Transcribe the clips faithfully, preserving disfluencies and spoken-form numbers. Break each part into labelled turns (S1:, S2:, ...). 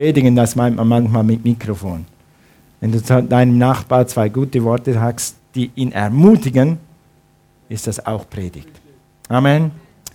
S1: Predigen, das meint man manchmal mit Mikrofon. Wenn du zu deinem Nachbar zwei gute Worte sagst, die ihn ermutigen, ist das auch Predigt. Amen.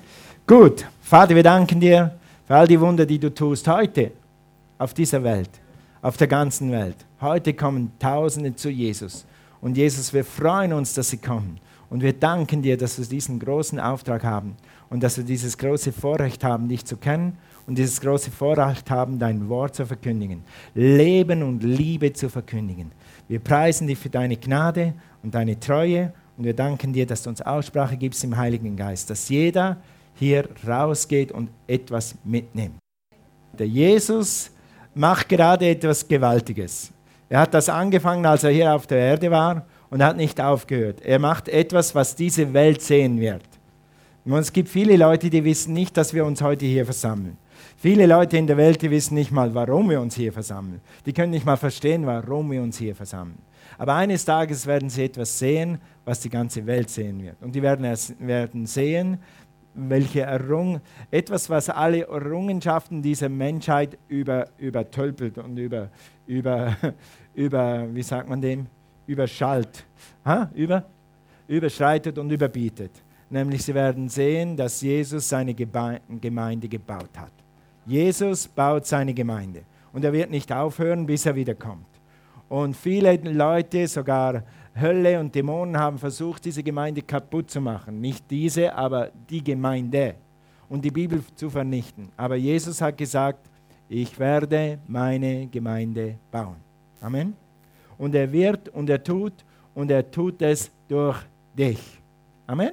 S1: Gut, Vater, wir danken dir für all die Wunder, die du tust heute auf dieser Welt, auf der ganzen Welt. Heute kommen Tausende zu Jesus. Und Jesus, wir freuen uns, dass sie kommen. Und wir danken dir, dass wir diesen großen Auftrag haben und dass wir dieses große Vorrecht haben, dich zu kennen und dieses große Vorrecht haben, dein Wort zu verkündigen. Leben und Liebe zu verkündigen. Wir preisen dich für deine Gnade und deine Treue und wir danken dir, dass du uns Aussprache gibst im Heiligen Geist, dass jeder hier rausgeht und etwas mitnimmt. Der Jesus macht gerade etwas Gewaltiges. Er hat das angefangen, als er hier auf der Erde war und hat nicht aufgehört. Er macht etwas, was diese Welt sehen wird. Und es gibt viele Leute, die wissen nicht, dass wir uns heute hier versammeln. Viele Leute in der Welt, die wissen nicht mal, warum wir uns hier versammeln. Die können nicht mal verstehen, warum wir uns hier versammeln. Aber eines Tages werden sie etwas sehen, was die ganze Welt sehen wird. Und die werden, es, werden sehen, welche Errung, etwas, was alle Errungenschaften dieser Menschheit über, übertölpelt und über, über, über, wie sagt man dem, überschallt, ha? Über, überschreitet und überbietet. Nämlich sie werden sehen, dass Jesus seine Gemeinde gebaut hat. Jesus baut seine Gemeinde und er wird nicht aufhören, bis er wiederkommt. Und viele Leute, sogar Hölle und Dämonen haben versucht, diese Gemeinde kaputt zu machen. Nicht diese, aber die Gemeinde und die Bibel zu vernichten. Aber Jesus hat gesagt, ich werde meine Gemeinde bauen. Amen. Und er wird und er tut und er tut es durch dich. Amen.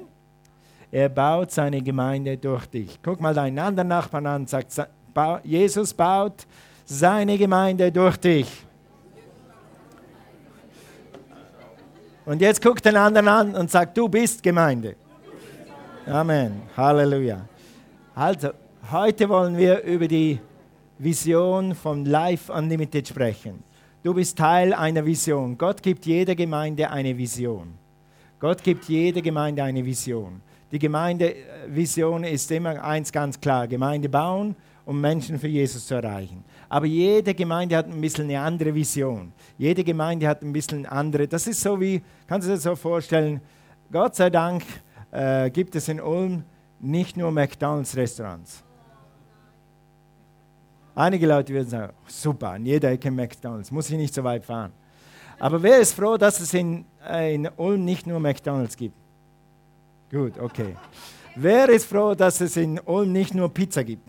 S1: Er baut seine Gemeinde durch dich. Guck mal deinen anderen Nachbarn an und sag, Jesus baut seine Gemeinde durch dich. Und jetzt guck den anderen an und sag, du bist Gemeinde. Amen. Halleluja. Also, heute wollen wir über die Vision von Life Unlimited sprechen. Du bist Teil einer Vision. Gott gibt jeder Gemeinde eine Vision. Gott gibt jeder Gemeinde eine Vision. Die Gemeindevision ist immer eins ganz klar, Gemeinde bauen, um Menschen für Jesus zu erreichen. Aber jede Gemeinde hat ein bisschen eine andere Vision. Jede Gemeinde hat ein bisschen andere. Das ist so wie, kannst du dir das so vorstellen, Gott sei Dank äh, gibt es in Ulm nicht nur McDonalds-Restaurants. Einige Leute würden sagen, super, an jeder Ecke McDonalds, muss ich nicht so weit fahren. Aber wer ist froh, dass es in, äh, in Ulm nicht nur McDonalds gibt? Gut, okay. Wer ist froh, dass es in Ulm nicht nur Pizza gibt?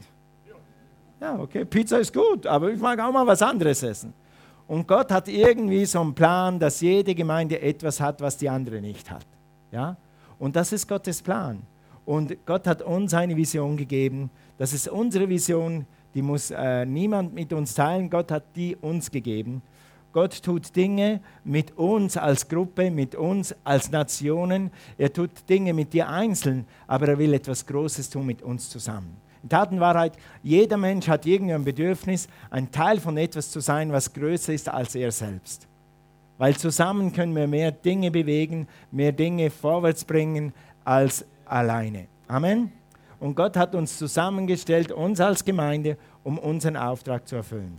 S1: Ja, okay, Pizza ist gut, aber ich mag auch mal was anderes essen. Und Gott hat irgendwie so einen Plan, dass jede Gemeinde etwas hat, was die andere nicht hat. Ja? Und das ist Gottes Plan. Und Gott hat uns eine Vision gegeben. Das ist unsere Vision, die muss äh, niemand mit uns teilen. Gott hat die uns gegeben. Gott tut Dinge mit uns als Gruppe, mit uns als Nationen. Er tut Dinge mit dir einzeln, aber er will etwas Großes tun mit uns zusammen. In Tatenwahrheit, jeder Mensch hat irgendein Bedürfnis, ein Teil von etwas zu sein, was größer ist als er selbst. Weil zusammen können wir mehr Dinge bewegen, mehr Dinge vorwärts bringen als alleine. Amen. Und Gott hat uns zusammengestellt, uns als Gemeinde, um unseren Auftrag zu erfüllen.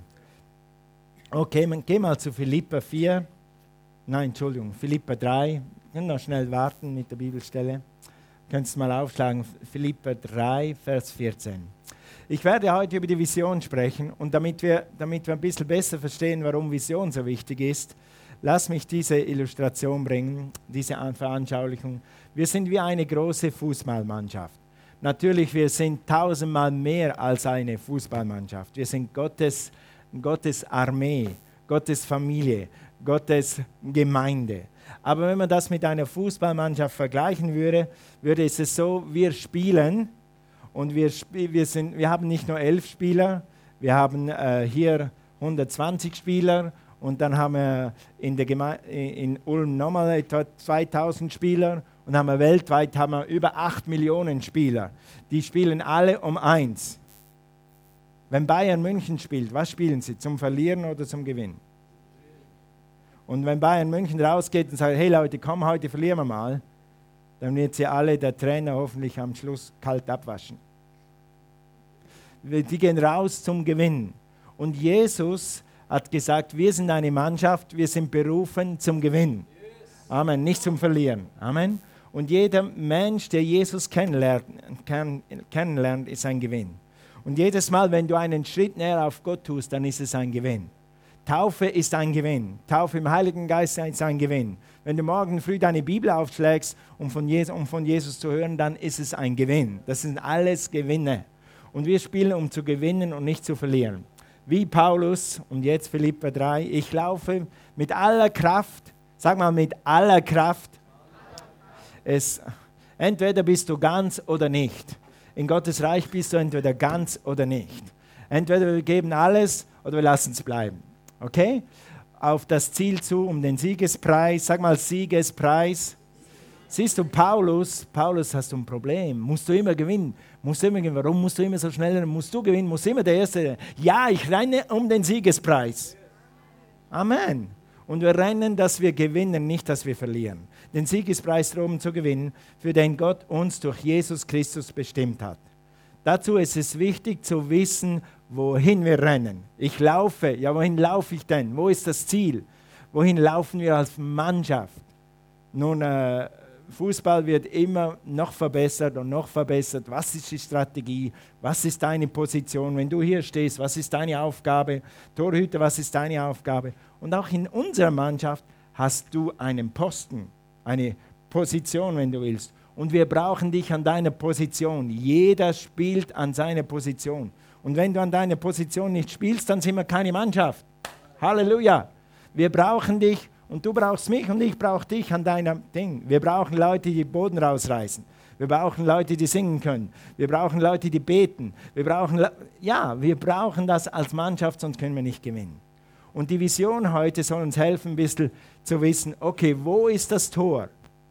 S1: Okay, man, geh mal zu Philipper vier. Nein, Entschuldigung, Philipper drei. Ich kann noch schnell warten mit der Bibelstelle. Könntest du mal aufschlagen, Philipper drei, Vers vierzehn. Ich werde heute über die Vision sprechen und damit wir, damit wir ein bisschen besser verstehen, warum Vision so wichtig ist, lass mich diese Illustration bringen, diese Veranschaulichung. Wir sind wie eine große Fußballmannschaft. Natürlich, wir sind tausendmal mehr als eine Fußballmannschaft. Wir sind Gottes, Gottes Armee, Gottes Familie, Gottes Gemeinde. Aber wenn man das mit einer Fußballmannschaft vergleichen würde, würde es so, wir spielen und wir, wir, sind, wir haben nicht nur elf Spieler, wir haben äh, hier hundertzwanzig Spieler und dann haben wir in, der Geme- in Ulm nochmal etwa zweitausend Spieler und haben wir weltweit haben wir über acht Millionen Spieler. Die spielen alle um eins. Wenn Bayern München spielt, was spielen sie? Zum Verlieren oder zum Gewinnen? Und wenn Bayern München rausgeht und sagt, hey Leute, komm, heute verlieren wir mal, dann wird sie alle der Trainer hoffentlich am Schluss kalt abwaschen. Die gehen raus zum Gewinnen. Und Jesus hat gesagt, wir sind eine Mannschaft, wir sind berufen zum Gewinnen. Amen, nicht zum Verlieren. Amen. Und jeder Mensch, der Jesus kennenlernt, kenn, kennenlernt, ist ein Gewinn. Und jedes Mal, wenn du einen Schritt näher auf Gott tust, dann ist es ein Gewinn. Taufe ist ein Gewinn. Taufe im Heiligen Geist ist ein Gewinn. Wenn du morgen früh deine Bibel aufschlägst, um von, Jesus, um von Jesus zu hören, dann ist es ein Gewinn. Das sind alles Gewinne. Und wir spielen, um zu gewinnen und nicht zu verlieren. Wie Paulus, und jetzt Philipper drei, ich laufe mit aller Kraft, sag mal mit aller Kraft, es, entweder bist du ganz oder nicht. In Gottes Reich bist du entweder ganz oder nicht. Entweder wir geben alles oder wir lassen es bleiben. Okay? Auf das Ziel zu, um den Siegespreis. Sag mal Siegespreis. Siehst du, Paulus, Paulus, hast du ein Problem. Musst du immer gewinnen. Musst du immer gewinnen. Warum musst du immer so schnell rennen? Musst du gewinnen? Musst du immer der Erste. Ja, ich renne um den Siegespreis. Amen. Und wir rennen, dass wir gewinnen, nicht, dass wir verlieren. Den Siegespreis darum zu gewinnen, für den Gott uns durch Jesus Christus bestimmt hat. Dazu ist es wichtig zu wissen, wohin wir rennen. Ich laufe. Ja, wohin laufe ich denn? Wo ist das Ziel? Wohin laufen wir als Mannschaft? Nun, äh, Fußball wird immer noch verbessert und noch verbessert. Was ist die Strategie? Was ist deine Position? Wenn du hier stehst, was ist deine Aufgabe? Torhüter, was ist deine Aufgabe? Und auch in unserer Mannschaft hast du einen Posten, eine Position, wenn du willst. Und wir brauchen dich an deiner Position. Jeder spielt an seiner Position. Und wenn du an deiner Position nicht spielst, dann sind wir keine Mannschaft. Halleluja. Wir brauchen dich. Und du brauchst mich und ich brauche dich an deinem Ding. Wir brauchen Leute, die Boden rausreißen. Wir brauchen Leute, die singen können. Wir brauchen Leute, die beten. Wir brauchen, Le- ja, wir brauchen das als Mannschaft, sonst können wir nicht gewinnen. Und die Vision heute soll uns helfen, ein bisschen zu wissen, okay, wo ist das Tor?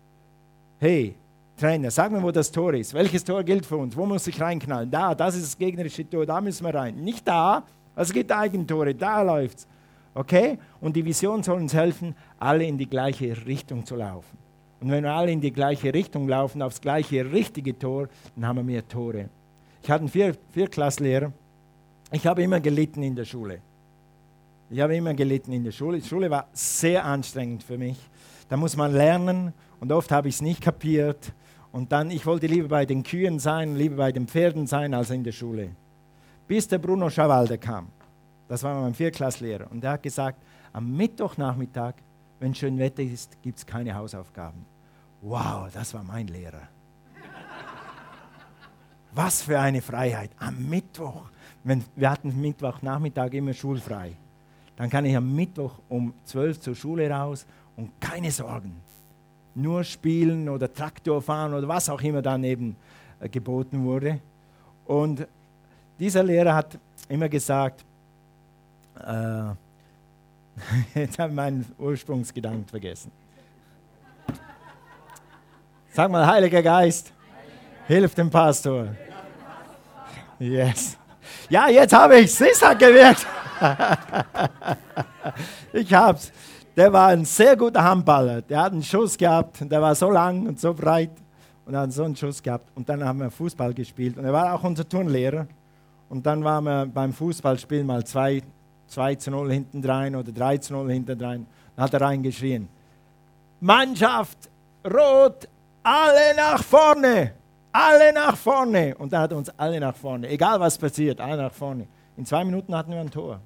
S1: Hey, Trainer, sag mir, wo das Tor ist. Welches Tor gilt für uns? Wo muss ich reinknallen? Da, das ist das gegnerische Tor, da müssen wir rein. Nicht da, es gibt Eigentore, da läuft's. Okay? Und die Vision soll uns helfen, alle in die gleiche Richtung zu laufen. Und wenn wir alle in die gleiche Richtung laufen, aufs gleiche richtige Tor, dann haben wir mehr Tore. Ich hatte einen Vier- Viertklasslehrer. Ich habe immer gelitten in der Schule. Ich habe immer gelitten in der Schule. Die Schule war sehr anstrengend für mich. Da muss man lernen und oft habe ich es nicht kapiert. Und dann, ich wollte lieber bei den Kühen sein, lieber bei den Pferden sein, als in der Schule. Bis der Bruno Schawalde kam. Das war mein Viertklasslehrer. Und er hat gesagt, am Mittwochnachmittag, wenn schön Wetter ist, gibt es keine Hausaufgaben. Wow, das war mein Lehrer. Was für eine Freiheit. Am Mittwoch. Wenn, wir hatten Mittwochnachmittag immer schulfrei. Dann kann ich am Mittwoch um zwölf zur Schule raus und keine Sorgen. Nur spielen oder Traktor fahren oder was auch immer daneben äh, geboten wurde. Und dieser Lehrer hat immer gesagt, Äh, jetzt habe ich meinen Ursprungsgedanken vergessen. Sag mal, Heiliger Geist, hilf dem Pastor. Yes. Ja, jetzt habe ich es. Es hat gewirkt. Ich hab's. Der war ein sehr guter Handballer. Der hat einen Schuss gehabt. Der war so lang und so breit und hat so einen Schuss gehabt. Und dann haben wir Fußball gespielt. Und er war auch unser Turnlehrer. Und dann waren wir beim Fußballspielen mal zwei zwei zu null hinten rein oder drei zu null hinten rein. Dann hat er reingeschrien, Mannschaft, rot, alle nach vorne, alle nach vorne. Und dann hat er uns alle nach vorne, egal was passiert, alle nach vorne. In zwei Minuten hatten wir ein Tor.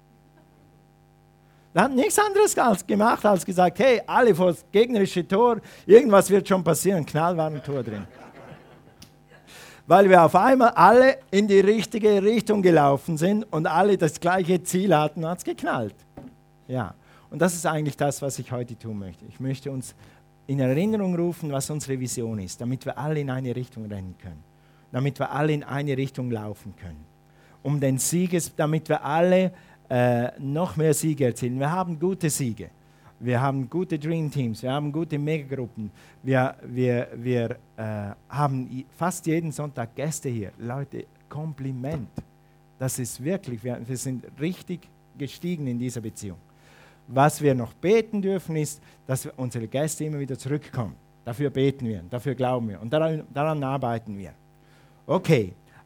S1: Wir hatten nichts anderes als gemacht, als gesagt, hey, alle vor das gegnerische Tor, irgendwas wird schon passieren. Knall war ein Tor drin. Weil wir auf einmal alle in die richtige Richtung gelaufen sind und alle das gleiche Ziel hatten, hat es geknallt. Ja, und das ist eigentlich das, was ich heute tun möchte. Ich möchte uns in Erinnerung rufen, was unsere Vision ist, damit wir alle in eine Richtung rennen können, damit wir alle in eine Richtung laufen können, um den Sieges, damit wir alle äh, noch mehr Siege erzielen. Wir haben gute Siege. Wir haben gute Dream Teams, wir haben gute Megagruppen, wir, wir, wir äh, haben fast jeden Sonntag Gäste hier. Leute, Kompliment. Das ist wirklich, wir, wir sind richtig gestiegen in dieser Beziehung. Was wir noch beten dürfen, ist, dass wir unsere Gäste immer wieder zurückkommen. Dafür beten wir, dafür glauben wir und daran, daran arbeiten wir. Okay,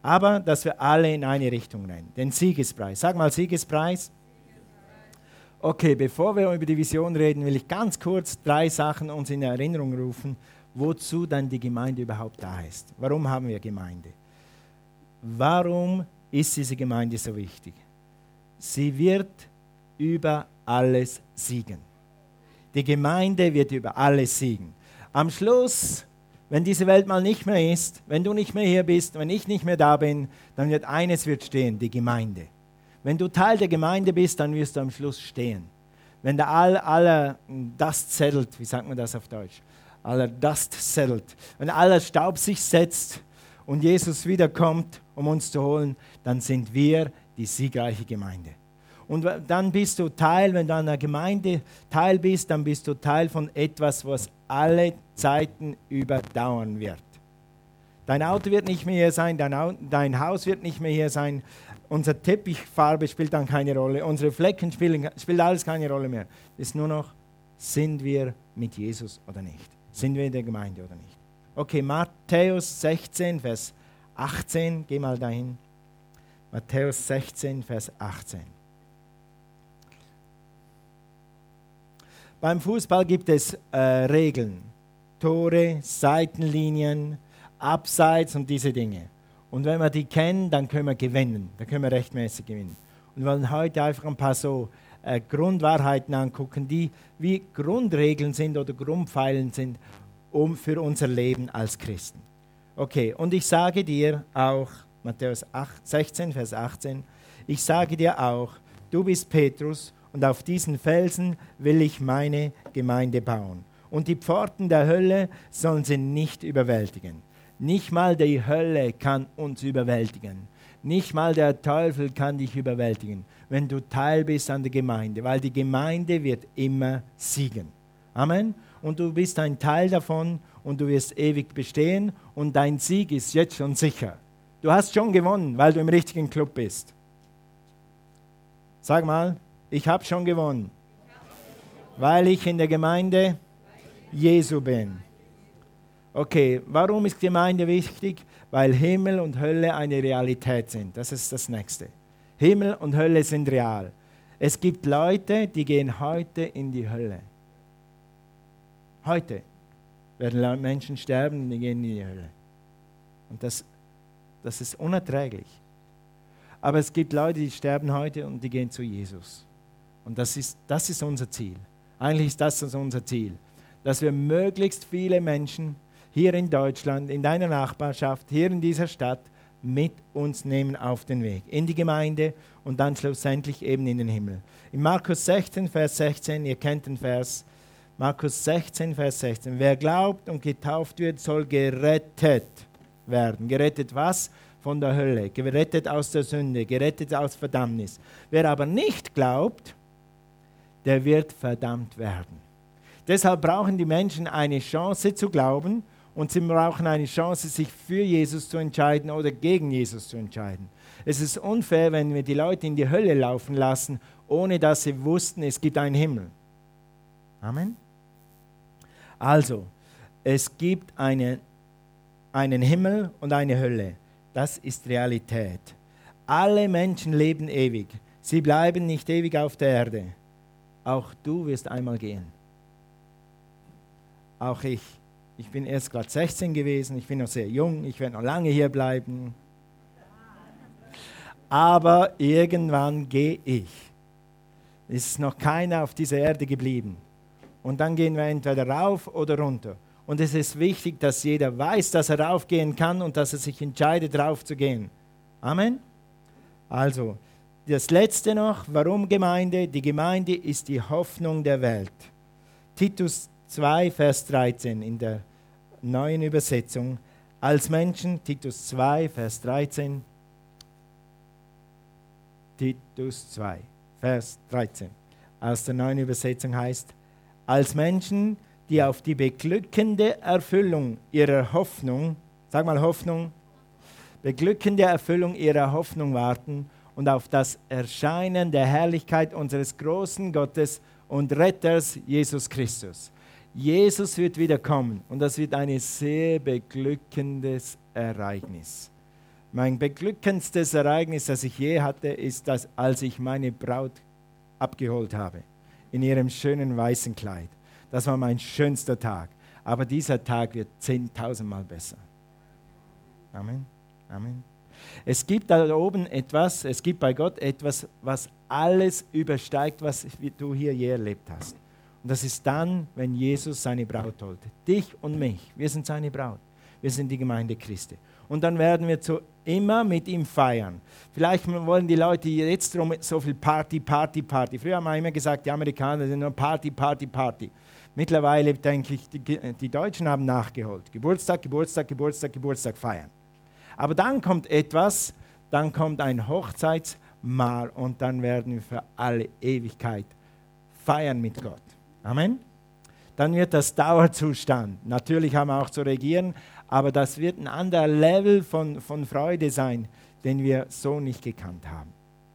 S1: aber dass wir alle in eine Richtung rennen. Den Siegespreis. Sag mal Siegespreis. Okay, bevor wir über die Vision reden, will ich ganz kurz drei Sachen uns in Erinnerung rufen, wozu dann die Gemeinde überhaupt da ist. Warum haben wir Gemeinde? Warum ist diese Gemeinde so wichtig? Sie wird über alles siegen. Die Gemeinde wird über alles siegen. Am Schluss, wenn diese Welt mal nicht mehr ist, wenn du nicht mehr hier bist, wenn ich nicht mehr da bin, dann wird eines wird stehen, die Gemeinde. Wenn du Teil der Gemeinde bist, dann wirst du am Schluss stehen. Wenn der all, aller Dust settelt, wie sagt man das auf Deutsch? Aller Dust settelt. Wenn aller Staub sich setzt und Jesus wiederkommt, um uns zu holen, dann sind wir die siegreiche Gemeinde. Und dann bist du Teil, wenn du an einer Gemeinde Teil bist, dann bist du Teil von etwas, was alle Zeiten überdauern wird. Dein Auto wird nicht mehr hier sein, dein, Auto, dein Haus wird nicht mehr hier sein, unsere Teppichfarbe spielt dann keine Rolle, unsere Flecken spielen spielt alles keine Rolle mehr. Es ist nur noch, sind wir mit Jesus oder nicht? Sind wir in der Gemeinde oder nicht? Okay, Matthäus sechzehn, Vers achtzehn, geh mal dahin. Matthäus sechzehn, Vers achtzehn. Beim Fußball gibt es äh, Regeln, Tore, Seitenlinien, Abseits und diese Dinge. Und wenn wir die kennen, dann können wir gewinnen, dann können wir rechtmäßig gewinnen. Und wir wollen heute einfach ein paar so äh, Grundwahrheiten angucken, die wie Grundregeln sind oder Grundpfeilen sind um, für unser Leben als Christen. Okay, und ich sage dir auch, Matthäus sechzehn, Vers achtzehn, ich sage dir auch, du bist Petrus, und auf diesen Felsen will ich meine Gemeinde bauen. Und die Pforten der Hölle sollen sie nicht überwältigen. Nicht mal die Hölle kann uns überwältigen. Nicht mal der Teufel kann dich überwältigen, wenn du Teil bist an der Gemeinde, weil die Gemeinde wird immer siegen. Amen. Und du bist ein Teil davon und du wirst ewig bestehen und dein Sieg ist jetzt schon sicher. Du hast schon gewonnen, weil du im richtigen Club bist. Sag mal. Ich habe schon gewonnen, weil ich in der Gemeinde Jesu bin. Okay, warum ist Gemeinde wichtig? Weil Himmel und Hölle eine Realität sind. Das ist das Nächste. Himmel und Hölle sind real. Es gibt Leute, die gehen heute in die Hölle. Heute werden Menschen sterben und die gehen in die Hölle. Und das, das ist unerträglich. Aber es gibt Leute, die sterben heute und die gehen zu Jesus. Und das ist, das ist unser Ziel. Eigentlich ist das unser Ziel, dass wir möglichst viele Menschen hier in Deutschland, in deiner Nachbarschaft, hier in dieser Stadt mit uns nehmen auf den Weg, in die Gemeinde und dann schlussendlich eben in den Himmel. In Markus sechzehn, Vers sechzehn, ihr kennt den Vers, Markus sechzehn, Vers sechzehn, wer glaubt und getauft wird, soll gerettet werden. Gerettet was? Von der Hölle, gerettet aus der Sünde, gerettet aus Verdammnis. Wer aber nicht glaubt, der wird verdammt werden. Deshalb brauchen die Menschen eine Chance zu glauben und sie brauchen eine Chance, sich für Jesus zu entscheiden oder gegen Jesus zu entscheiden. Es ist unfair, wenn wir die Leute in die Hölle laufen lassen, ohne dass sie wussten, es gibt einen Himmel. Amen. Also, es gibt eine, einen Himmel und eine Hölle. Das ist Realität. Alle Menschen leben ewig. Sie bleiben nicht ewig auf der Erde. Auch du wirst einmal gehen. Auch ich. Ich bin erst gerade sechzehn gewesen, ich bin noch sehr jung, ich werde noch lange hier bleiben. Aber irgendwann gehe ich. Es ist noch keiner auf dieser Erde geblieben. Und dann gehen wir entweder rauf oder runter. Und es ist wichtig, dass jeder weiß, dass er raufgehen kann und dass er sich entscheidet, rauf zu gehen. Amen? Also, das Letzte noch, warum Gemeinde? Die Gemeinde ist die Hoffnung der Welt. Titus zwei, Vers dreizehn in der neuen Übersetzung. Als Menschen, Titus zwei, Vers dreizehn. Titus zwei, Vers dreizehn. Aus der neuen Übersetzung heißt, als Menschen, die auf die beglückende Erfüllung ihrer Hoffnung, sag mal Hoffnung, beglückende Erfüllung ihrer Hoffnung warten, und auf das Erscheinen der Herrlichkeit unseres großen Gottes und Retters Jesus Christus. Jesus wird wiederkommen und das wird ein sehr beglückendes Ereignis. Mein beglückendstes Ereignis, das ich je hatte, ist, dass, als ich meine Braut abgeholt habe, in ihrem schönen weißen Kleid. Das war mein schönster Tag. Aber dieser Tag wird zehntausendmal besser. Amen. Amen. Es gibt da oben etwas, es gibt bei Gott etwas, was alles übersteigt, was du hier je erlebt hast. Und das ist dann, wenn Jesus seine Braut holt. Dich und mich. Wir sind seine Braut. Wir sind die Gemeinde Christi. Und dann werden wir zu immer mit ihm feiern. Vielleicht wollen die Leute jetzt drum so viel Party, Party, Party. Früher haben wir immer gesagt, die Amerikaner sind nur Party, Party, Party. Mittlerweile denke ich, die, die Deutschen haben nachgeholt. Geburtstag, Geburtstag, Geburtstag, Geburtstag feiern. Aber dann kommt etwas, dann kommt ein Hochzeitsmahl und dann werden wir für alle Ewigkeit feiern mit Gott. Amen. Dann wird das Dauerzustand. Natürlich haben wir auch zu regieren, aber das wird ein anderer Level von, von Freude sein, den wir so nicht gekannt haben.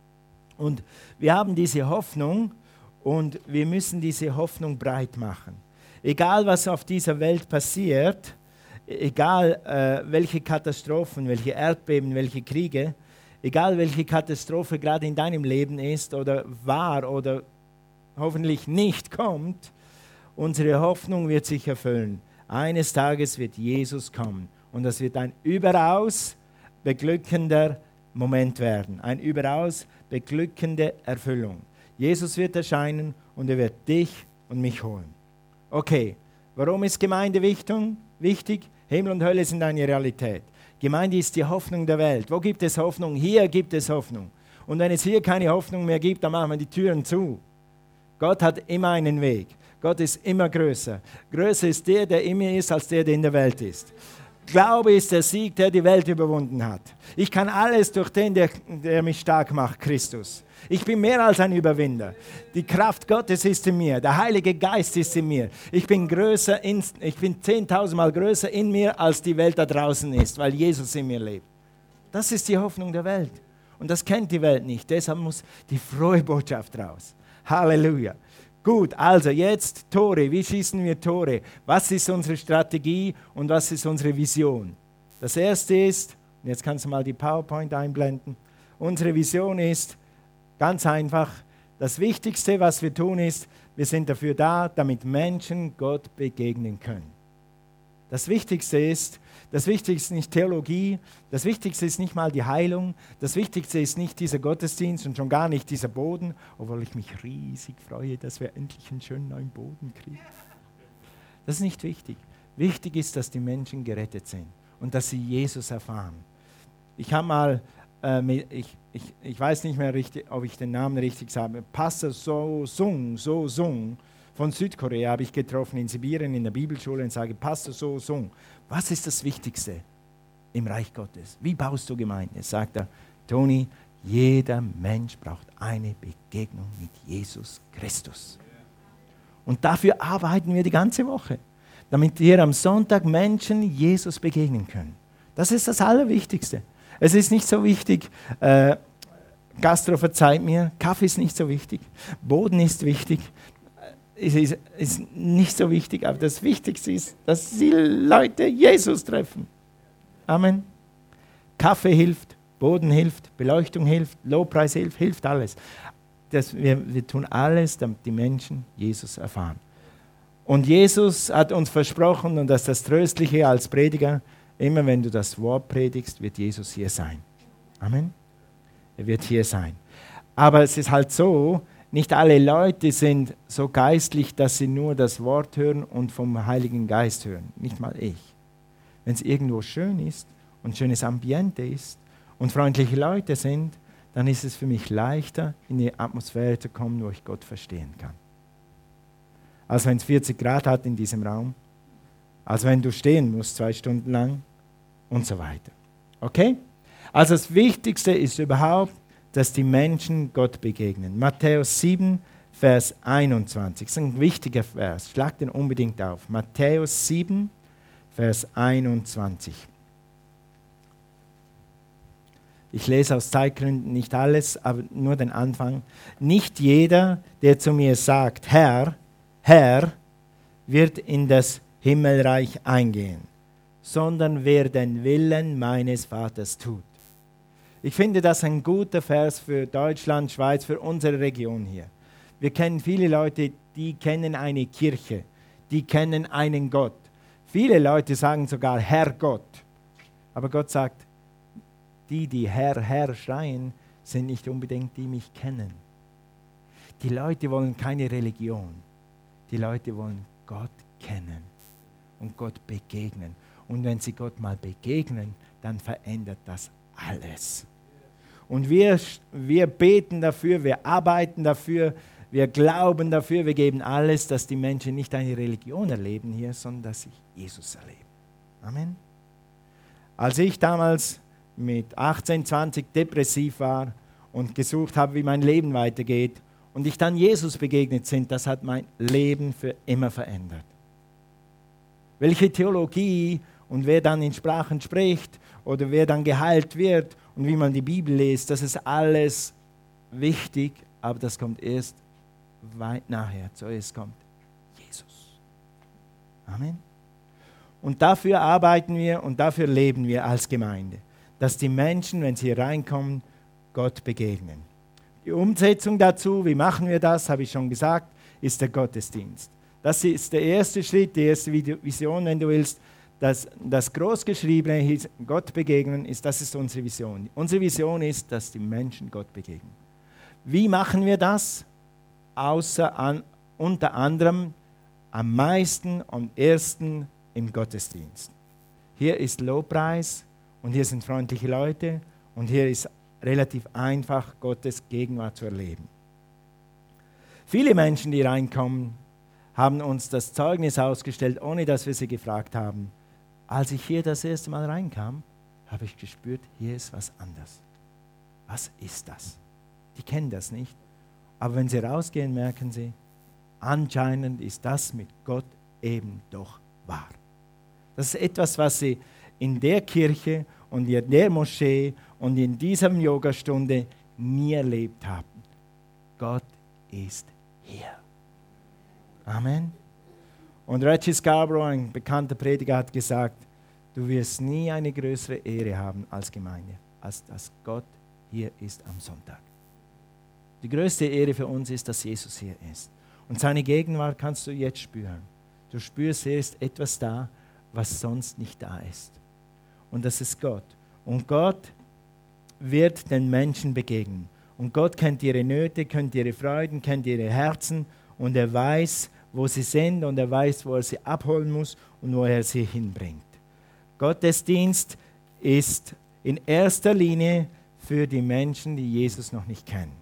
S1: Und wir haben diese Hoffnung und wir müssen diese Hoffnung breit machen. Egal, was auf dieser Welt passiert, egal äh, welche Katastrophen, welche Erdbeben, welche Kriege, egal welche Katastrophe gerade in deinem Leben ist oder war oder hoffentlich nicht kommt, unsere Hoffnung wird sich erfüllen. Eines Tages wird Jesus kommen und das wird ein überaus beglückender Moment werden, eine überaus beglückende Erfüllung. Jesus wird erscheinen und er wird dich und mich holen. Okay, warum ist Gemeinde wichtig? Himmel und Hölle sind eine Realität. Gemeinde ist die Hoffnung der Welt. Wo gibt es Hoffnung? Hier gibt es Hoffnung. Und wenn es hier keine Hoffnung mehr gibt, dann machen wir die Türen zu. Gott hat immer einen Weg. Gott ist immer größer. Größer ist der, der in mir ist, als der, der in der Welt ist. Glaube ist der Sieg, der die Welt überwunden hat. Ich kann alles durch den, der, der mich stark macht, Christus. Ich bin mehr als ein Überwinder. Die Kraft Gottes ist in mir. Der Heilige Geist ist in mir. Ich bin größer, in, ich bin zehntausendmal größer in mir, als die Welt da draußen ist, weil Jesus in mir lebt. Das ist die Hoffnung der Welt. Und das kennt die Welt nicht. Deshalb muss die frohe Botschaft raus. Halleluja. Gut, also jetzt Tore. Wie schießen wir Tore? Was ist unsere Strategie und was ist unsere Vision? Das erste ist, jetzt kannst du mal die PowerPoint einblenden, unsere Vision ist ganz einfach, das Wichtigste, was wir tun, ist, wir sind dafür da, damit Menschen Gott begegnen können. Das Wichtigste ist, das Wichtigste ist nicht Theologie, das Wichtigste ist nicht mal die Heilung, das Wichtigste ist nicht dieser Gottesdienst und schon gar nicht dieser Boden, obwohl ich mich riesig freue, dass wir endlich einen schönen neuen Boden kriegen. Das ist nicht wichtig. Wichtig ist, dass die Menschen gerettet sind und dass sie Jesus erfahren. Ich habe mal, äh, ich, ich, ich weiß nicht mehr, richtig, ob ich den Namen richtig sage, Pastor So Sung, So Sung, von Südkorea habe ich getroffen in Sibirien in der Bibelschule und sage, Pastor So Sung, was ist das Wichtigste im Reich Gottes? Wie baust du Gemeinde? Sagt er, Toni, jeder Mensch braucht eine Begegnung mit Jesus Christus. Und dafür arbeiten wir die ganze Woche, damit wir am Sonntag Menschen Jesus begegnen können. Das ist das Allerwichtigste. Es ist nicht so wichtig, äh, Gastro verzeiht mir, Kaffee ist nicht so wichtig, Boden ist wichtig, Es ist, ist nicht so wichtig, aber das Wichtigste ist, dass die Leute Jesus treffen. Amen. Kaffee hilft, Boden hilft, Beleuchtung hilft, Lobpreis hilft, hilft alles. Das, wir, wir tun alles, damit die Menschen Jesus erfahren. Und Jesus hat uns versprochen, und das ist das Tröstliche als Prediger, immer wenn du das Wort predigst, wird Jesus hier sein. Amen. Er wird hier sein. Aber es ist halt so, nicht alle Leute sind so geistlich, dass sie nur das Wort hören und vom Heiligen Geist hören. Nicht mal ich. Wenn es irgendwo schön ist und schönes Ambiente ist und freundliche Leute sind, dann ist es für mich leichter, in die Atmosphäre zu kommen, wo ich Gott verstehen kann. Als wenn es vierzig Grad hat in diesem Raum, als wenn du stehen musst zwei Stunden lang und so weiter. Okay? Also das Wichtigste ist überhaupt, dass die Menschen Gott begegnen. Matthäus sieben, Vers einundzwanzig. Das ist ein wichtiger Vers. Schlag den unbedingt auf. Matthäus sieben, Vers einundzwanzig. Ich lese aus Zeitgründen nicht alles, aber nur den Anfang. Nicht jeder, der zu mir sagt, Herr, Herr, wird in das Himmelreich eingehen, sondern wer den Willen meines Vaters tut. Ich finde das ein guter Vers für Deutschland, Schweiz, für unsere Region hier. Wir kennen viele Leute, die kennen eine Kirche, die kennen einen Gott. Viele Leute sagen sogar Herr Gott. Aber Gott sagt, die, die Herr, Herr schreien, sind nicht unbedingt die, die mich kennen. Die Leute wollen keine Religion. Die Leute wollen Gott kennen und Gott begegnen. Und wenn sie Gott mal begegnen, dann verändert das alles. Und wir, wir beten dafür, wir arbeiten dafür, wir glauben dafür, wir geben alles, dass die Menschen nicht eine Religion erleben hier, sondern dass sie Jesus erleben. Amen. Als ich damals mit achtzehn, zwanzig depressiv war und gesucht habe, wie mein Leben weitergeht, und ich dann Jesus begegnet sind, das hat mein Leben für immer verändert. Welche Theologie und wer dann in Sprachen spricht oder wer dann geheilt wird und wie man die Bibel liest, das ist alles wichtig, aber das kommt erst weit nachher. Zuerst kommt Jesus. Amen. Und dafür arbeiten wir und dafür leben wir als Gemeinde, dass die Menschen, wenn sie reinkommen, Gott begegnen. Die Umsetzung dazu, wie machen wir das, habe ich schon gesagt, ist der Gottesdienst. Das ist der erste Schritt, die erste Vision, wenn du willst. Das, das Großgeschriebene hieß Gott begegnen, ist, das ist unsere Vision. Unsere Vision ist, dass die Menschen Gott begegnen. Wie machen wir das? Außer an, unter anderem am meisten und ersten im Gottesdienst. Hier ist Lobpreis und hier sind freundliche Leute und hier ist relativ einfach, Gottes Gegenwart zu erleben. Viele Menschen, die reinkommen, haben uns das Zeugnis ausgestellt, ohne dass wir sie gefragt haben. Als ich hier das erste Mal reinkam, habe ich gespürt, hier ist was anderes. Was ist das? Die kennen das nicht. Aber wenn sie rausgehen, merken sie, anscheinend ist das mit Gott eben doch wahr. Das ist etwas, was sie in der Kirche und in der Moschee und in dieser Yogastunde nie erlebt haben. Gott ist hier. Amen. Und Reggie Scarborough, ein bekannter Prediger, hat gesagt, du wirst nie eine größere Ehre haben als Gemeinde, als dass Gott hier ist am Sonntag. Die größte Ehre für uns ist, dass Jesus hier ist. Und seine Gegenwart kannst du jetzt spüren. Du spürst, hier ist etwas da, was sonst nicht da ist. Und das ist Gott. Und Gott wird den Menschen begegnen. Und Gott kennt ihre Nöte, kennt ihre Freuden, kennt ihre Herzen und er weiß, wo sie sind und er weiß, wo er sie abholen muss und wo er sie hinbringt. Gottesdienst ist in erster Linie für die Menschen, die Jesus noch nicht kennen.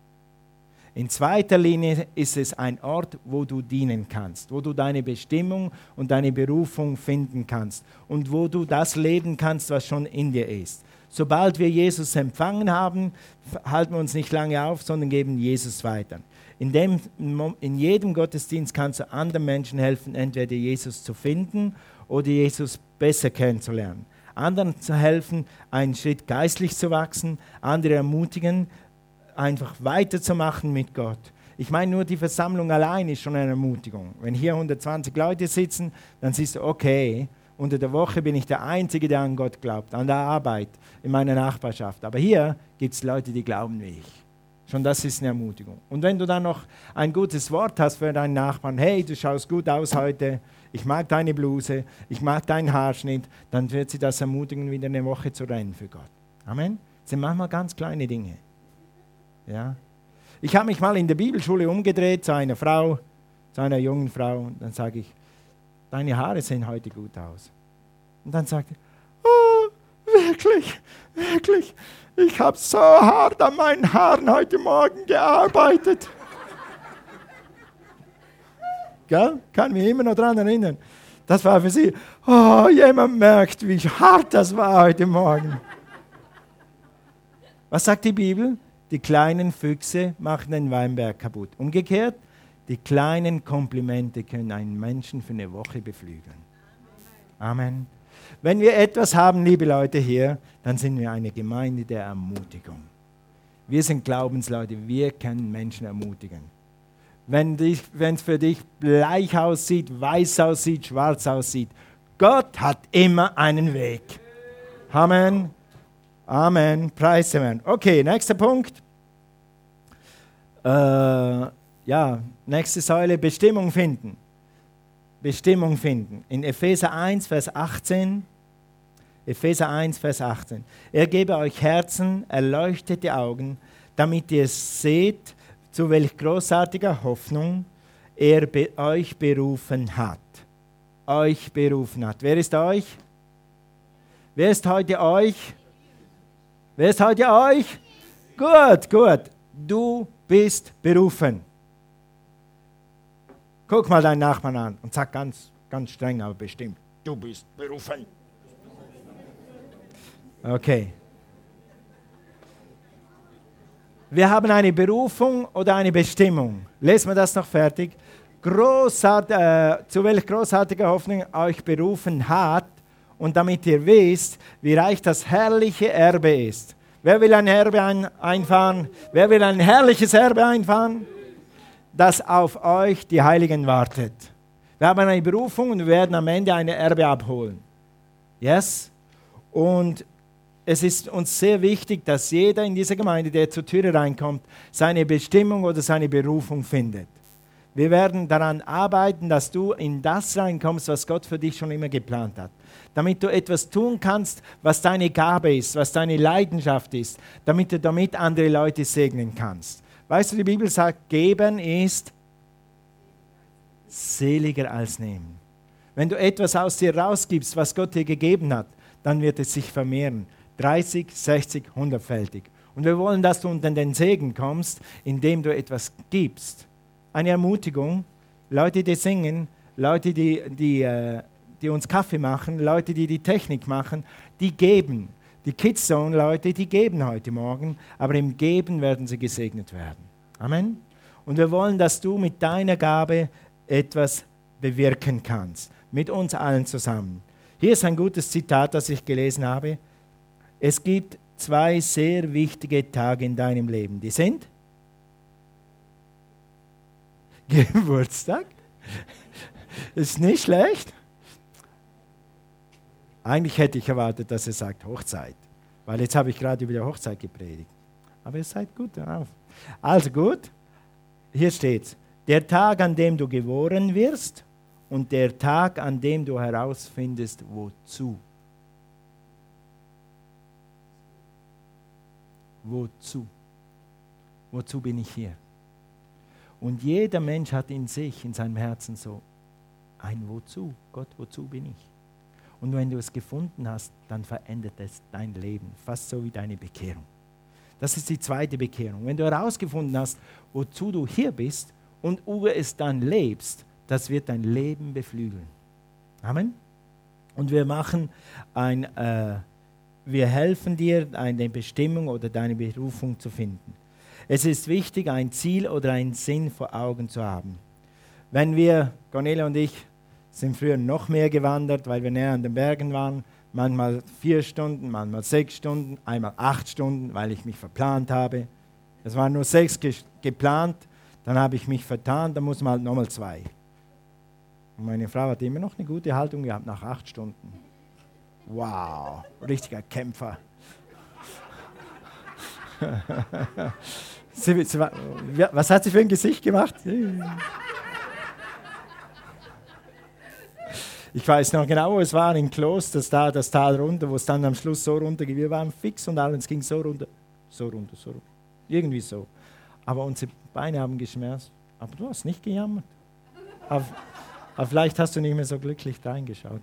S1: In zweiter Linie ist es ein Ort, wo du dienen kannst, wo du deine Bestimmung und deine Berufung finden kannst und wo du das leben kannst, was schon in dir ist. Sobald wir Jesus empfangen haben, halten wir uns nicht lange auf, sondern geben Jesus weiter. In, dem, in jedem Gottesdienst kannst du anderen Menschen helfen, entweder Jesus zu finden oder Jesus besser kennenzulernen. Anderen zu helfen, einen Schritt geistlich zu wachsen, andere ermutigen, einfach weiterzumachen mit Gott. Ich meine, nur die Versammlung allein ist schon eine Ermutigung. Wenn hier hundertzwanzig Leute sitzen, dann siehst du, okay, unter der Woche bin ich der Einzige, der an Gott glaubt, an der Arbeit, in meiner Nachbarschaft. Aber hier gibt es Leute, die glauben wie ich. Schon das ist eine Ermutigung. Und wenn du dann noch ein gutes Wort hast für deinen Nachbarn, hey, du schaust gut aus heute, ich mag deine Bluse, ich mag deinen Haarschnitt, dann wird sie das ermutigen, wieder eine Woche zu rennen für Gott. Amen. Das sind manchmal ganz kleine Dinge. Ja. Ich habe mich mal in der Bibelschule umgedreht zu einer Frau, zu einer jungen Frau, und dann sage ich, deine Haare sehen heute gut aus. Und dann sagt sie, oh, wirklich, wirklich, ich habe so hart an meinen Haaren heute Morgen gearbeitet. Gell? Kann mich immer noch daran erinnern. Das war für sie, oh, jemand merkt, wie hart das war heute Morgen. Was sagt die Bibel? Die kleinen Füchse machen den Weinberg kaputt. Umgekehrt, die kleinen Komplimente können einen Menschen für eine Woche beflügeln. Amen. Wenn wir etwas haben, liebe Leute hier, dann sind wir eine Gemeinde der Ermutigung. Wir sind Glaubensleute, wir können Menschen ermutigen. Wenn es für dich bleich aussieht, weiß aussieht, schwarz aussieht, Gott hat immer einen Weg. Amen. Amen. Preis dem Herrn. Okay, nächster Punkt. Äh, ja, nächste Säule, Bestimmung finden. Bestimmung finden. In Epheser eins, Vers achtzehn. Epheser eins, Vers achtzehn. Er gebe euch Herzen, erleuchtete Augen, damit ihr seht, zu welch großartiger Hoffnung er be- euch berufen hat. Euch berufen hat. Wer ist euch? Wer ist heute euch? Wer ist heute euch? Gut, gut. Du bist berufen. Guck mal deinen Nachbarn an und sag ganz, ganz streng, aber bestimmt, du bist berufen. Okay. Wir haben eine Berufung oder eine Bestimmung. Lesen wir das noch fertig. Großart, äh, zu welch großartiger Hoffnung euch berufen hat und damit ihr wisst, wie reich das herrliche Erbe ist. Wer will ein Erbe ein, einfahren? Wer will ein herrliches Erbe einfahren? Das auf euch die Heiligen wartet. Wir haben eine Berufung und wir werden am Ende ein Erbe abholen. Yes? Und es ist uns sehr wichtig, dass jeder in dieser Gemeinde, der zur Tür reinkommt, seine Bestimmung oder seine Berufung findet. Wir werden daran arbeiten, dass du in das reinkommst, was Gott für dich schon immer geplant hat. Damit du etwas tun kannst, was deine Gabe ist, was deine Leidenschaft ist, damit du damit andere Leute segnen kannst. Weißt du, die Bibel sagt, geben ist seliger als nehmen. Wenn du etwas aus dir rausgibst, was Gott dir gegeben hat, dann wird es sich vermehren. dreißig, sechzig, hundertfältig. Und wir wollen, dass du unter den Segen kommst, indem du etwas gibst. Eine Ermutigung, Leute, die singen, Leute, die, die, äh, die uns Kaffee machen, Leute, die die Technik machen, die geben. Die Kids Zone Leute, die geben heute Morgen, aber im Geben werden sie gesegnet werden. Amen. Und wir wollen, dass du mit deiner Gabe etwas bewirken kannst. Mit uns allen zusammen. Hier ist ein gutes Zitat, das ich gelesen habe. Es gibt zwei sehr wichtige Tage in deinem Leben. Die sind Geburtstag. Ist nicht schlecht. Eigentlich hätte ich erwartet, dass er sagt Hochzeit, weil jetzt habe ich gerade über die Hochzeit gepredigt. Aber ihr seid gut darauf. Also gut, hier steht's. Der Tag, an dem du geboren wirst und der Tag, an dem du herausfindest, wozu. Wozu? Wozu bin ich hier? Und jeder Mensch hat in sich, in seinem Herzen so ein Wozu. Gott, wozu bin ich? Und wenn du es gefunden hast, dann verändert es dein Leben, fast so wie deine Bekehrung. Das ist die zweite Bekehrung. Wenn du herausgefunden hast, wozu du hier bist und über es dann lebst, das wird dein Leben beflügeln. Amen. Und wir machen ein, äh, wir helfen dir, eine Bestimmung oder deine Berufung zu finden. Es ist wichtig, ein Ziel oder einen Sinn vor Augen zu haben. Wenn wir, Cornelia und ich, sind früher noch mehr gewandert, weil wir näher an den Bergen waren. Manchmal vier Stunden, manchmal sechs Stunden, einmal acht Stunden, weil ich mich verplant habe. Es waren nur sechs ge- geplant, dann habe ich mich vertan, dann muss man halt nochmal zwei. Und meine Frau hat immer noch eine gute Haltung gehabt nach acht Stunden. Wow, richtiger Kämpfer. sie, sie war, was hat sie für ein Gesicht gemacht? Ich weiß noch genau, wo es war, in Klosters, da das Tal runter, wo es dann am Schluss so runter ging. Wir waren fix und alles ging so runter, so runter, so runter. Irgendwie so. Aber unsere Beine haben geschmerzt. Aber du hast nicht gejammert. Aber, aber vielleicht hast du nicht mehr so glücklich reingeschaut.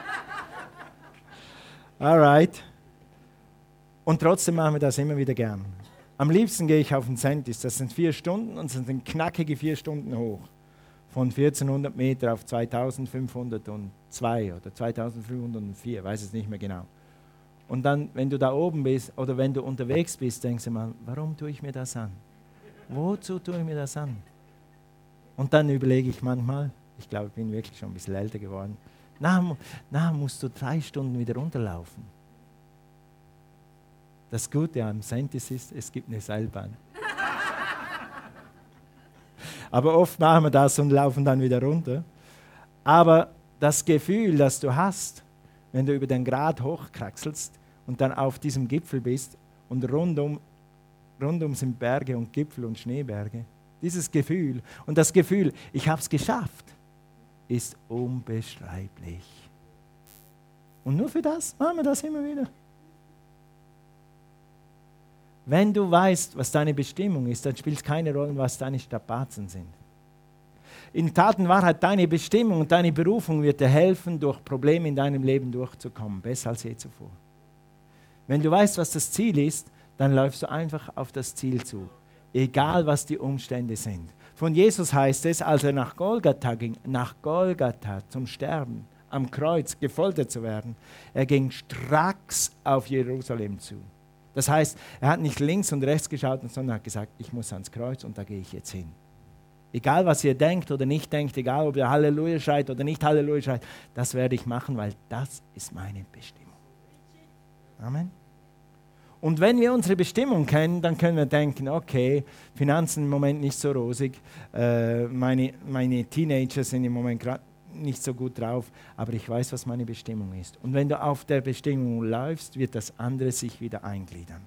S1: Alright. Und trotzdem machen wir das immer wieder gern. Am liebsten gehe ich auf den Sentis. Das sind vier Stunden und es sind knackige vier Stunden hoch. Von vierzehnhundert Meter auf zweitausendfünfhundertzwei oder zweitausendfünfhundertvier, weiß es nicht mehr genau. Und dann, wenn du da oben bist oder wenn du unterwegs bist, denkst du mal, warum tue ich mir das an? Wozu tue ich mir das an? Und dann überlege ich manchmal, ich glaube, ich bin wirklich schon ein bisschen älter geworden, na, na musst du drei Stunden wieder runterlaufen. Das Gute am Sentis ist, es gibt eine Seilbahn. Aber oft machen wir das und laufen dann wieder runter. Aber das Gefühl, das du hast, wenn du über den Grat hochkraxelst und dann auf diesem Gipfel bist und rundum, rundum sind Berge und Gipfel und Schneeberge. Dieses Gefühl und das Gefühl, ich habe es geschafft, ist unbeschreiblich. Und nur für das machen wir das immer wieder. Wenn du weißt, was deine Bestimmung ist, dann spielt es keine Rolle, was deine Strapazen sind. In Tat und Wahrheit, deine Bestimmung und deine Berufung wird dir helfen, durch Probleme in deinem Leben durchzukommen, besser als je zuvor. Wenn du weißt, was das Ziel ist, dann läufst du einfach auf das Ziel zu, egal was die Umstände sind. Von Jesus heißt es, als er nach Golgatha ging, nach Golgatha zum Sterben, am Kreuz gefoltert zu werden, er ging stracks auf Jerusalem zu. Das heißt, er hat nicht links und rechts geschaut, sondern hat gesagt, ich muss ans Kreuz und da gehe ich jetzt hin. Egal, was ihr denkt oder nicht denkt, egal, ob ihr Halleluja schreit oder nicht Halleluja schreit, das werde ich machen, weil das ist meine Bestimmung. Amen. Und wenn wir unsere Bestimmung kennen, dann können wir denken, okay, Finanzen im Moment nicht so rosig, äh, meine, meine Teenager sind im Moment gerade nicht so gut drauf, aber ich weiß, was meine Bestimmung ist. Und wenn du auf der Bestimmung läufst, wird das andere sich wieder eingliedern.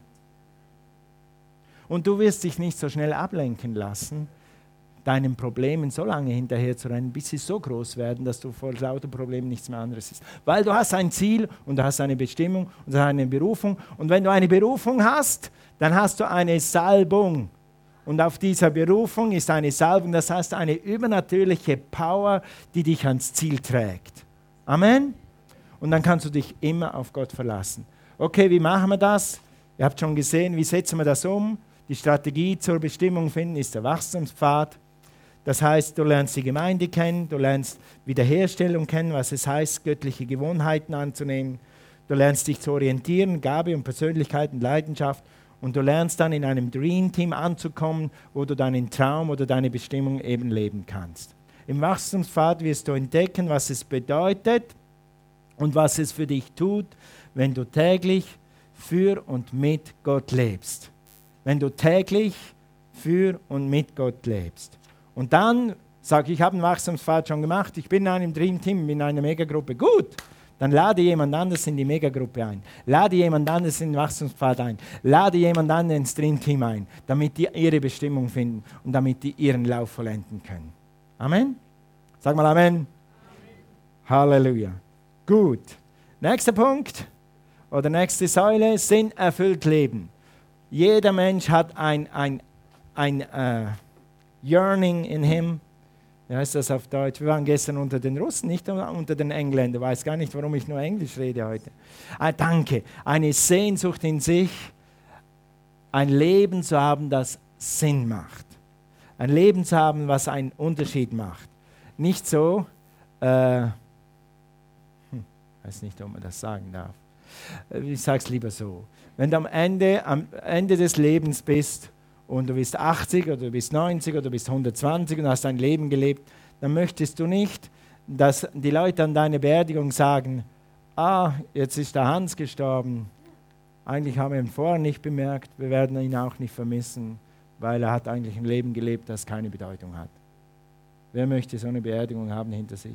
S1: Und du wirst dich nicht so schnell ablenken lassen, deinen Problemen so lange hinterher zu rennen, bis sie so groß werden, dass du vor lauter Problemen nichts mehr anderes siehst. Weil du hast ein Ziel und du hast eine Bestimmung und du hast eine Berufung. Und wenn du eine Berufung hast, dann hast du eine Salbung. Und auf dieser Berufung ist eine Salbung, das heißt eine übernatürliche Power, die dich ans Ziel trägt. Amen? Und dann kannst du dich immer auf Gott verlassen. Okay, wie machen wir das? Ihr habt schon gesehen, wie setzen wir das um? Die Strategie zur Bestimmung finden ist der Wachstumspfad. Das heißt, du lernst die Gemeinde kennen, du lernst Wiederherstellung kennen, was es heißt, göttliche Gewohnheiten anzunehmen. Du lernst dich zu orientieren, Gabe und Persönlichkeit und Leidenschaft. Und du lernst dann in einem Dream Team anzukommen, wo du deinen Traum oder deine Bestimmung eben leben kannst. Im Wachstumspfad wirst du entdecken, was es bedeutet und was es für dich tut, wenn du täglich für und mit Gott lebst. Wenn du täglich für und mit Gott lebst. Und dann sage ich, ich habe einen Wachstumspfad schon gemacht, ich bin in einem Dream Team, in einer Megagruppe. Gut, dann lade jemand anderes in die Megagruppe ein. Lade jemand anderes in den Wachstumspfad ein. Lade jemand anderes ins Dream Team ein, damit die ihre Bestimmung finden und damit die ihren Lauf vollenden können. Amen? Sag mal Amen. Amen. Halleluja. Gut. Nächster Punkt oder nächste Säule, Sinn erfüllt leben. Jeder Mensch hat ein, ein, ein uh, Yearning in him. Wie heißt das auf Deutsch? Wir waren gestern unter den Russen, nicht unter den Engländern. Ich weiß gar nicht, warum ich nur Englisch rede heute. Ah, danke. Eine Sehnsucht in sich, ein Leben zu haben, das Sinn macht. Ein Leben zu haben, was einen Unterschied macht. Nicht so, äh, hm, ich weiß nicht, ob man das sagen darf. Ich sage es lieber so. Wenn du am Ende, am Ende des Lebens bist und du bist achtzig oder du bist neunzig oder du bist hundertzwanzig und hast dein Leben gelebt, dann möchtest du nicht, dass die Leute an deiner Beerdigung sagen, ah, jetzt ist der Hans gestorben. Eigentlich haben wir ihn vorher nicht bemerkt, wir werden ihn auch nicht vermissen, weil er hat eigentlich ein Leben gelebt, das keine Bedeutung hat. Wer möchte so eine Beerdigung haben hinter sich?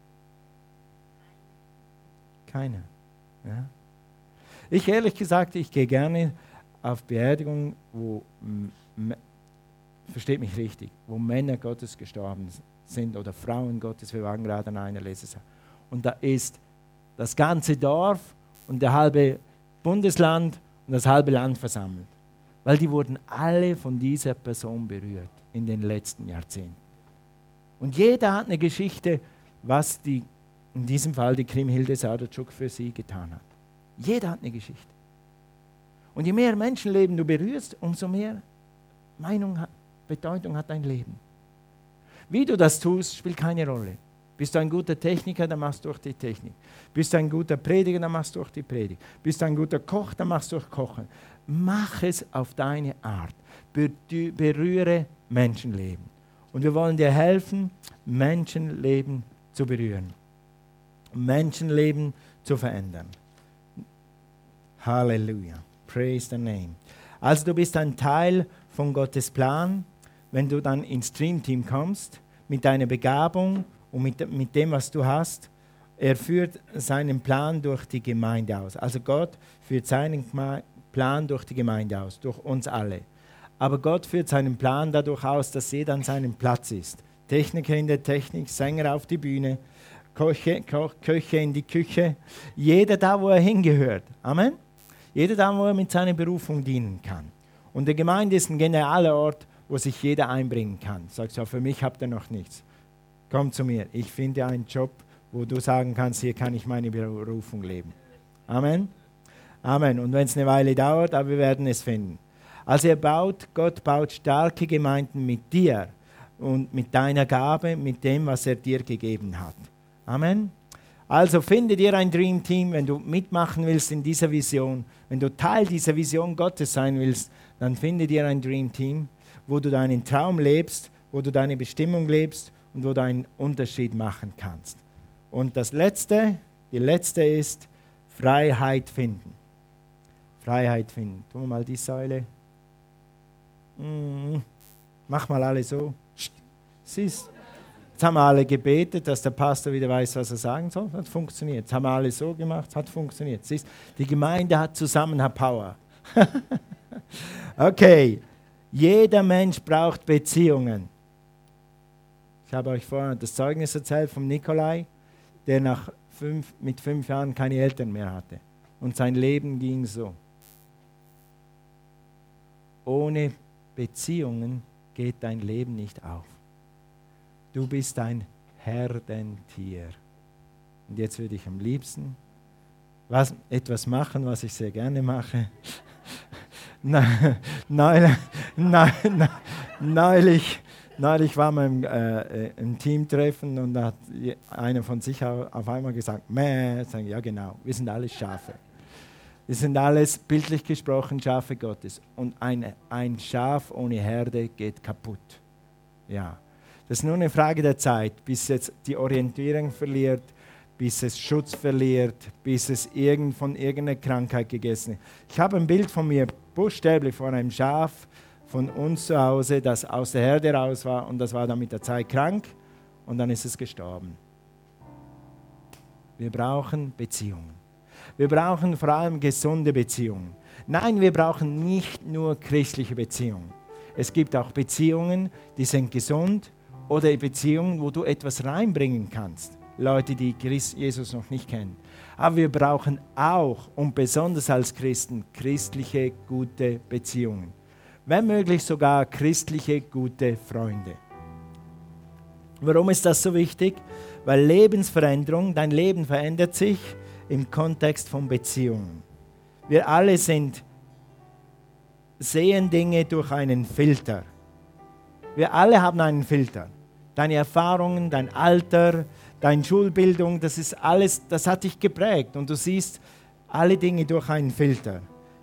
S1: Keiner. Ja? Ich ehrlich gesagt, ich gehe gerne auf Beerdigungen, wo, versteht mich richtig, wo Männer Gottes gestorben sind oder Frauen Gottes, wir waren gerade an einer Lesesaal. Und da ist das ganze Dorf und der halbe Bundesland und das halbe Land versammelt. Weil die wurden alle von dieser Person berührt in den letzten Jahrzehnten. Und jeder hat eine Geschichte, was die, in diesem Fall die Krimhilde Saderczuk für sie getan hat. Jeder hat eine Geschichte. Und je mehr Menschenleben du berührst, umso mehr Meinung, Bedeutung hat dein Leben. Wie du das tust, spielt keine Rolle. Bist du ein guter Techniker, dann machst du durch die Technik. Bist du ein guter Prediger, dann machst du durch die Predigt. Bist du ein guter Koch, dann machst du durch Kochen. Mach es auf deine Art. Berühre Menschenleben. Und wir wollen dir helfen, Menschenleben zu berühren. Menschenleben zu verändern. Halleluja. Praise the name. Also du bist ein Teil von Gottes Plan, wenn du dann ins Dream Team kommst, mit deiner Begabung und mit, mit dem, was du hast. Er führt seinen Plan durch die Gemeinde aus. Also Gott führt seinen Plan durch die Gemeinde aus, durch uns alle. Aber Gott führt seinen Plan dadurch aus, dass jeder an seinem Platz ist. Techniker in der Technik, Sänger auf die Bühne, Köche, Ko- Köche in die Küche. Jeder da, wo er hingehört. Amen. Jeder da, wo er mit seiner Berufung dienen kann. Und die Gemeinde ist ein genialer Ort, wo sich jeder einbringen kann. Sagst du, für mich habt ihr noch nichts. Komm zu mir. Ich finde einen Job, wo du sagen kannst, hier kann ich meine Berufung leben. Amen. Amen. Und wenn es eine Weile dauert, aber wir werden es finden. Also er baut, Gott baut starke Gemeinden mit dir und mit deiner Gabe, mit dem, was er dir gegeben hat. Amen. Also finde dir ein Dream Team, wenn du mitmachen willst in dieser Vision, wenn du Teil dieser Vision Gottes sein willst, dann finde dir ein Dream Team, wo du deinen Traum lebst, wo du deine Bestimmung lebst und wo du einen Unterschied machen kannst. Und das Letzte, die Letzte ist Freiheit finden. Freiheit finden. Tun wir mal die Säule. Mm, mach mal alle so. Siehst, jetzt haben wir alle gebetet, dass der Pastor wieder weiß, was er sagen soll. Hat funktioniert. Jetzt haben wir alle so gemacht, hat funktioniert. Siehst, die Gemeinde hat zusammen hat Power. Okay, jeder Mensch braucht Beziehungen. Ich habe euch vorhin das Zeugnis erzählt vom Nikolai, der nach fünf, mit fünf Jahren keine Eltern mehr hatte. Und sein Leben ging so. Ohne Beziehungen geht dein Leben nicht auf. Du bist ein Herdentier. Und jetzt würde ich am liebsten was, etwas machen, was ich sehr gerne mache. Neulich, neulich, neulich war man im, äh, im Teamtreffen und da hat einer von sich auf einmal gesagt, Mäh, sagen, ja genau, wir sind alles Schafe. Wir sind alles, bildlich gesprochen, Schafe Gottes. Und ein, ein Schaf ohne Herde geht kaputt. Ja. Das ist nur eine Frage der Zeit, bis es die Orientierung verliert, bis es Schutz verliert, bis es irgend von irgendeiner Krankheit gegessen ist. Ich habe ein Bild von mir, buchstäblich von einem Schaf von uns zu Hause, das aus der Herde raus war und das war dann mit der Zeit krank und dann ist es gestorben. Wir brauchen Beziehungen. Wir brauchen vor allem gesunde Beziehungen. Nein, wir brauchen nicht nur christliche Beziehungen. Es gibt auch Beziehungen, die sind gesund oder Beziehungen, wo du etwas reinbringen kannst. Leute, die Christ, Jesus noch nicht kennen. Aber wir brauchen auch und besonders als Christen christliche, gute Beziehungen. Wenn möglich sogar christliche, gute Freunde. Warum ist das so wichtig? Weil Lebensveränderung, dein Leben verändert sich im Kontext von Beziehungen. Wir alle sind, sehen Dinge durch einen Filter. Wir alle haben einen Filter. Deine Erfahrungen, dein Alter, deine Schulbildung, das ist alles, das hat dich geprägt und du siehst alle Dinge durch einen Filter.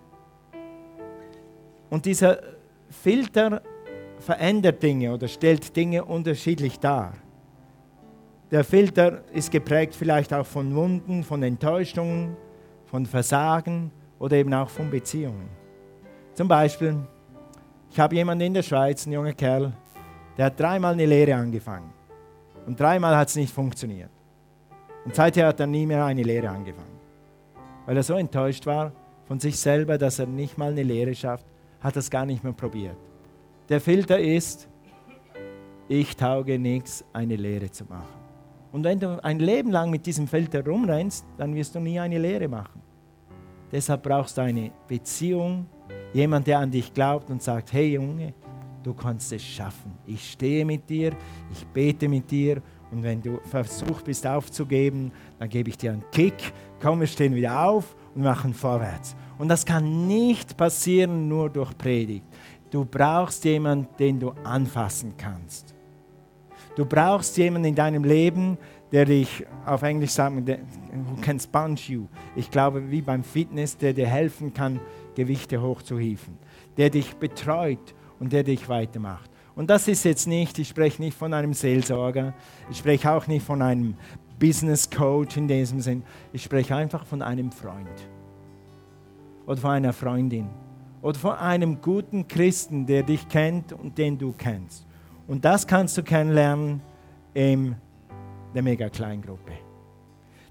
S1: Und dieser Filter verändert Dinge oder stellt Dinge unterschiedlich dar. Der Filter ist geprägt vielleicht auch von Wunden, von Enttäuschungen, von Versagen oder eben auch von Beziehungen. Zum Beispiel, ich habe jemanden in der Schweiz, einen jungen Kerl, der hat dreimal eine Lehre angefangen. Und dreimal hat es nicht funktioniert. Und seither hat er nie mehr eine Lehre angefangen. Weil er so enttäuscht war von sich selber, dass er nicht mal eine Lehre schafft, hat er es gar nicht mehr probiert. Der Filter ist, ich tauge nichts, eine Lehre zu machen. Und wenn du ein Leben lang mit diesem Filter rumrennst, dann wirst du nie eine Lehre machen. Deshalb brauchst du eine Beziehung, jemand, der an dich glaubt und sagt, hey Junge, du kannst es schaffen. Ich stehe mit dir, ich bete mit dir und wenn du versucht bist aufzugeben, dann gebe ich dir einen Kick, komm, wir stehen wieder auf und machen vorwärts. Und das kann nicht passieren nur durch Predigt. Du brauchst jemanden, den du anfassen kannst. Du brauchst jemanden in deinem Leben, der dich, auf Englisch sagen, who can sponge you. Ich glaube, wie beim Fitness, der dir helfen kann, Gewichte hochzuhieven. Der dich betreut und der dich weitermacht. Und das ist jetzt nicht, ich spreche nicht von einem Seelsorger, ich spreche auch nicht von einem Business Coach in diesem Sinn, ich spreche einfach von einem Freund oder von einer Freundin oder von einem guten Christen, der dich kennt und den du kennst. Und das kannst du kennenlernen in der Mega-Kleingruppe.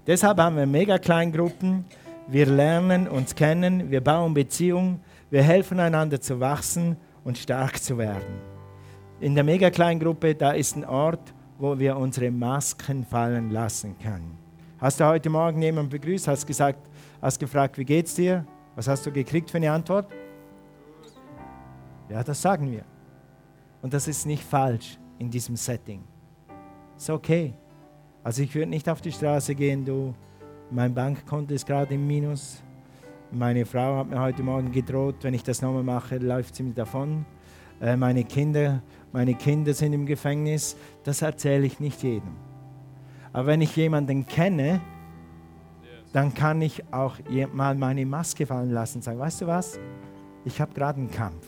S1: Deshalb haben wir Mega-Kleingruppen. Wir lernen uns kennen, wir bauen Beziehungen, wir helfen einander zu wachsen und stark zu werden. In der Mega-Kleingruppe, da ist ein Ort, wo wir unsere Masken fallen lassen können. Hast du heute Morgen jemanden begrüßt, hast gesagt, hast gefragt, wie geht's dir? Was hast du gekriegt für eine Antwort? Ja, das sagen wir. Und das ist nicht falsch in diesem Setting. Ist okay. Also ich würde nicht auf die Straße gehen, du, mein Bankkonto ist gerade im Minus. Meine Frau hat mir heute Morgen gedroht, wenn ich das nochmal mache, läuft sie mir davon. Äh, meine Kinder, meine Kinder sind im Gefängnis. Das erzähle ich nicht jedem. Aber wenn ich jemanden kenne, dann kann ich auch mal meine Maske fallen lassen und sagen, weißt du was, ich habe gerade einen Kampf.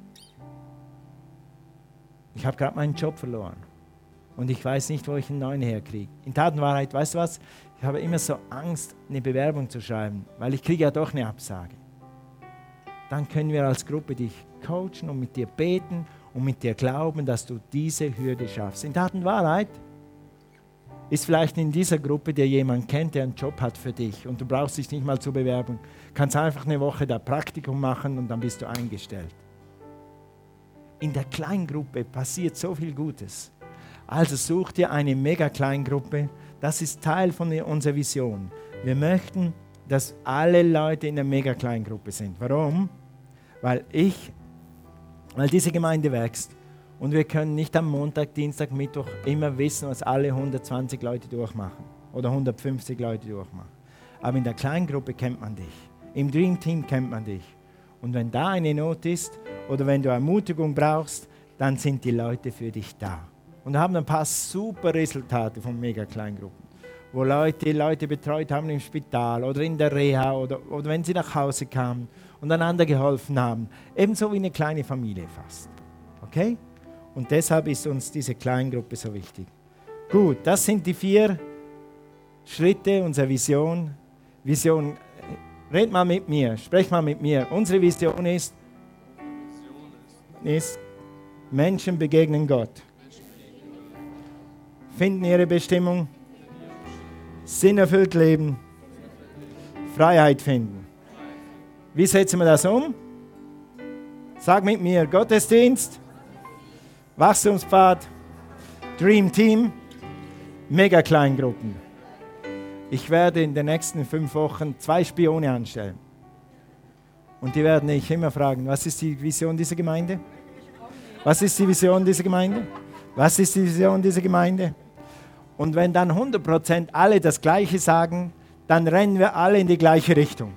S1: Ich habe gerade meinen Job verloren und ich weiß nicht, wo ich einen neuen herkriege. In Tat und Wahrheit, weißt du was, ich habe immer so Angst, eine Bewerbung zu schreiben, weil ich kriege ja doch eine Absage. Dann können wir als Gruppe dich coachen und mit dir beten und mit dir glauben, dass du diese Hürde schaffst. In Tat und Wahrheit ist vielleicht in dieser Gruppe dir jemand kennt, der einen Job hat für dich und du brauchst dich nicht mal zur Bewerbung. Du kannst einfach eine Woche da Praktikum machen und dann bist du eingestellt. In der Kleingruppe passiert so viel Gutes. Also such dir eine Mega-Kleingruppe. Das ist Teil von unserer Vision. Wir möchten, dass alle Leute in der Mega-Kleingruppe sind. Warum? Weil ich, weil diese Gemeinde wächst. Und wir können nicht am Montag, Dienstag, Mittwoch immer wissen, was alle hundertzwanzig Leute durchmachen oder hundertfünfzig Leute durchmachen. Aber in der Kleingruppe kennt man dich. Im Dream Team kennt man dich. Und wenn da eine Not ist oder wenn du Ermutigung brauchst, dann sind die Leute für dich da. Und wir haben ein paar super Resultate von Mega-Kleingruppen, wo Leute Leute betreut haben im Spital oder in der Reha oder, oder wenn sie nach Hause kamen und einander geholfen haben. Ebenso wie eine kleine Familie fast. Okay? Und deshalb ist uns diese Kleingruppe so wichtig. Gut, das sind die vier Schritte unserer Vision. Vision, red mal mit mir, sprech mal mit mir. Unsere Vision ist, ist Menschen begegnen Gott. Finden ihre Bestimmung, sinnerfüllt leben, Freiheit finden. Wie setzen wir das um? Sag mit mir, Gottesdienst, Wachstumspfad, Dream Team, Mega-Kleingruppen. Ich werde in den nächsten fünf Wochen zwei Spione anstellen. Und die werden mich immer fragen, was ist die Vision dieser Gemeinde? Was ist die Vision dieser Gemeinde? Was ist die Vision dieser Gemeinde? Und wenn dann hundert Prozent alle das Gleiche sagen, dann rennen wir alle in die gleiche Richtung.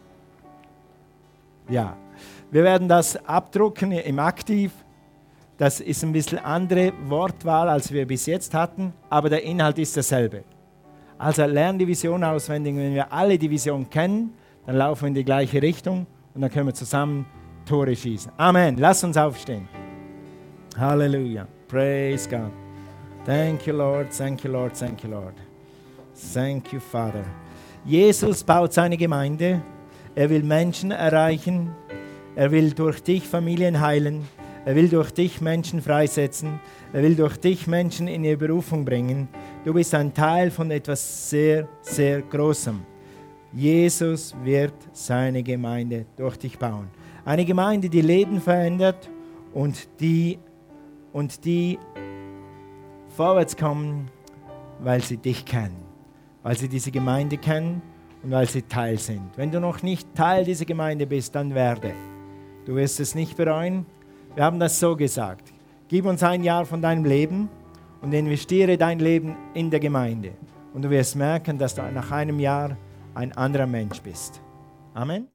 S1: Ja, wir werden das abdrucken im Aktiv. Das ist ein bisschen andere Wortwahl, als wir bis jetzt hatten, aber der Inhalt ist derselbe. Also lernen die Vision auswendig. Wenn wir alle die Vision kennen, dann laufen wir in die gleiche Richtung und dann können wir zusammen Tore schießen. Amen. Lass uns aufstehen. Halleluja. Praise God. Thank you, Lord. Thank you, Lord. Thank you, Lord. Thank you, Father. Jesus baut seine Gemeinde. Er will Menschen erreichen. Er will durch dich Familien heilen. Er will durch dich Menschen freisetzen. Er will durch dich Menschen in ihre Berufung bringen. Du bist ein Teil von etwas sehr, sehr Großem. Jesus wird seine Gemeinde durch dich bauen. Eine Gemeinde, die Leben verändert und die, und die vorwärts kommen, weil sie dich kennen. Weil sie diese Gemeinde kennen und weil sie Teil sind. Wenn du noch nicht Teil dieser Gemeinde bist, dann werde. Du wirst es nicht bereuen. Wir haben das so gesagt. Gib uns ein Jahr von deinem Leben und investiere dein Leben in der Gemeinde. Und du wirst merken, dass du nach einem Jahr ein anderer Mensch bist. Amen.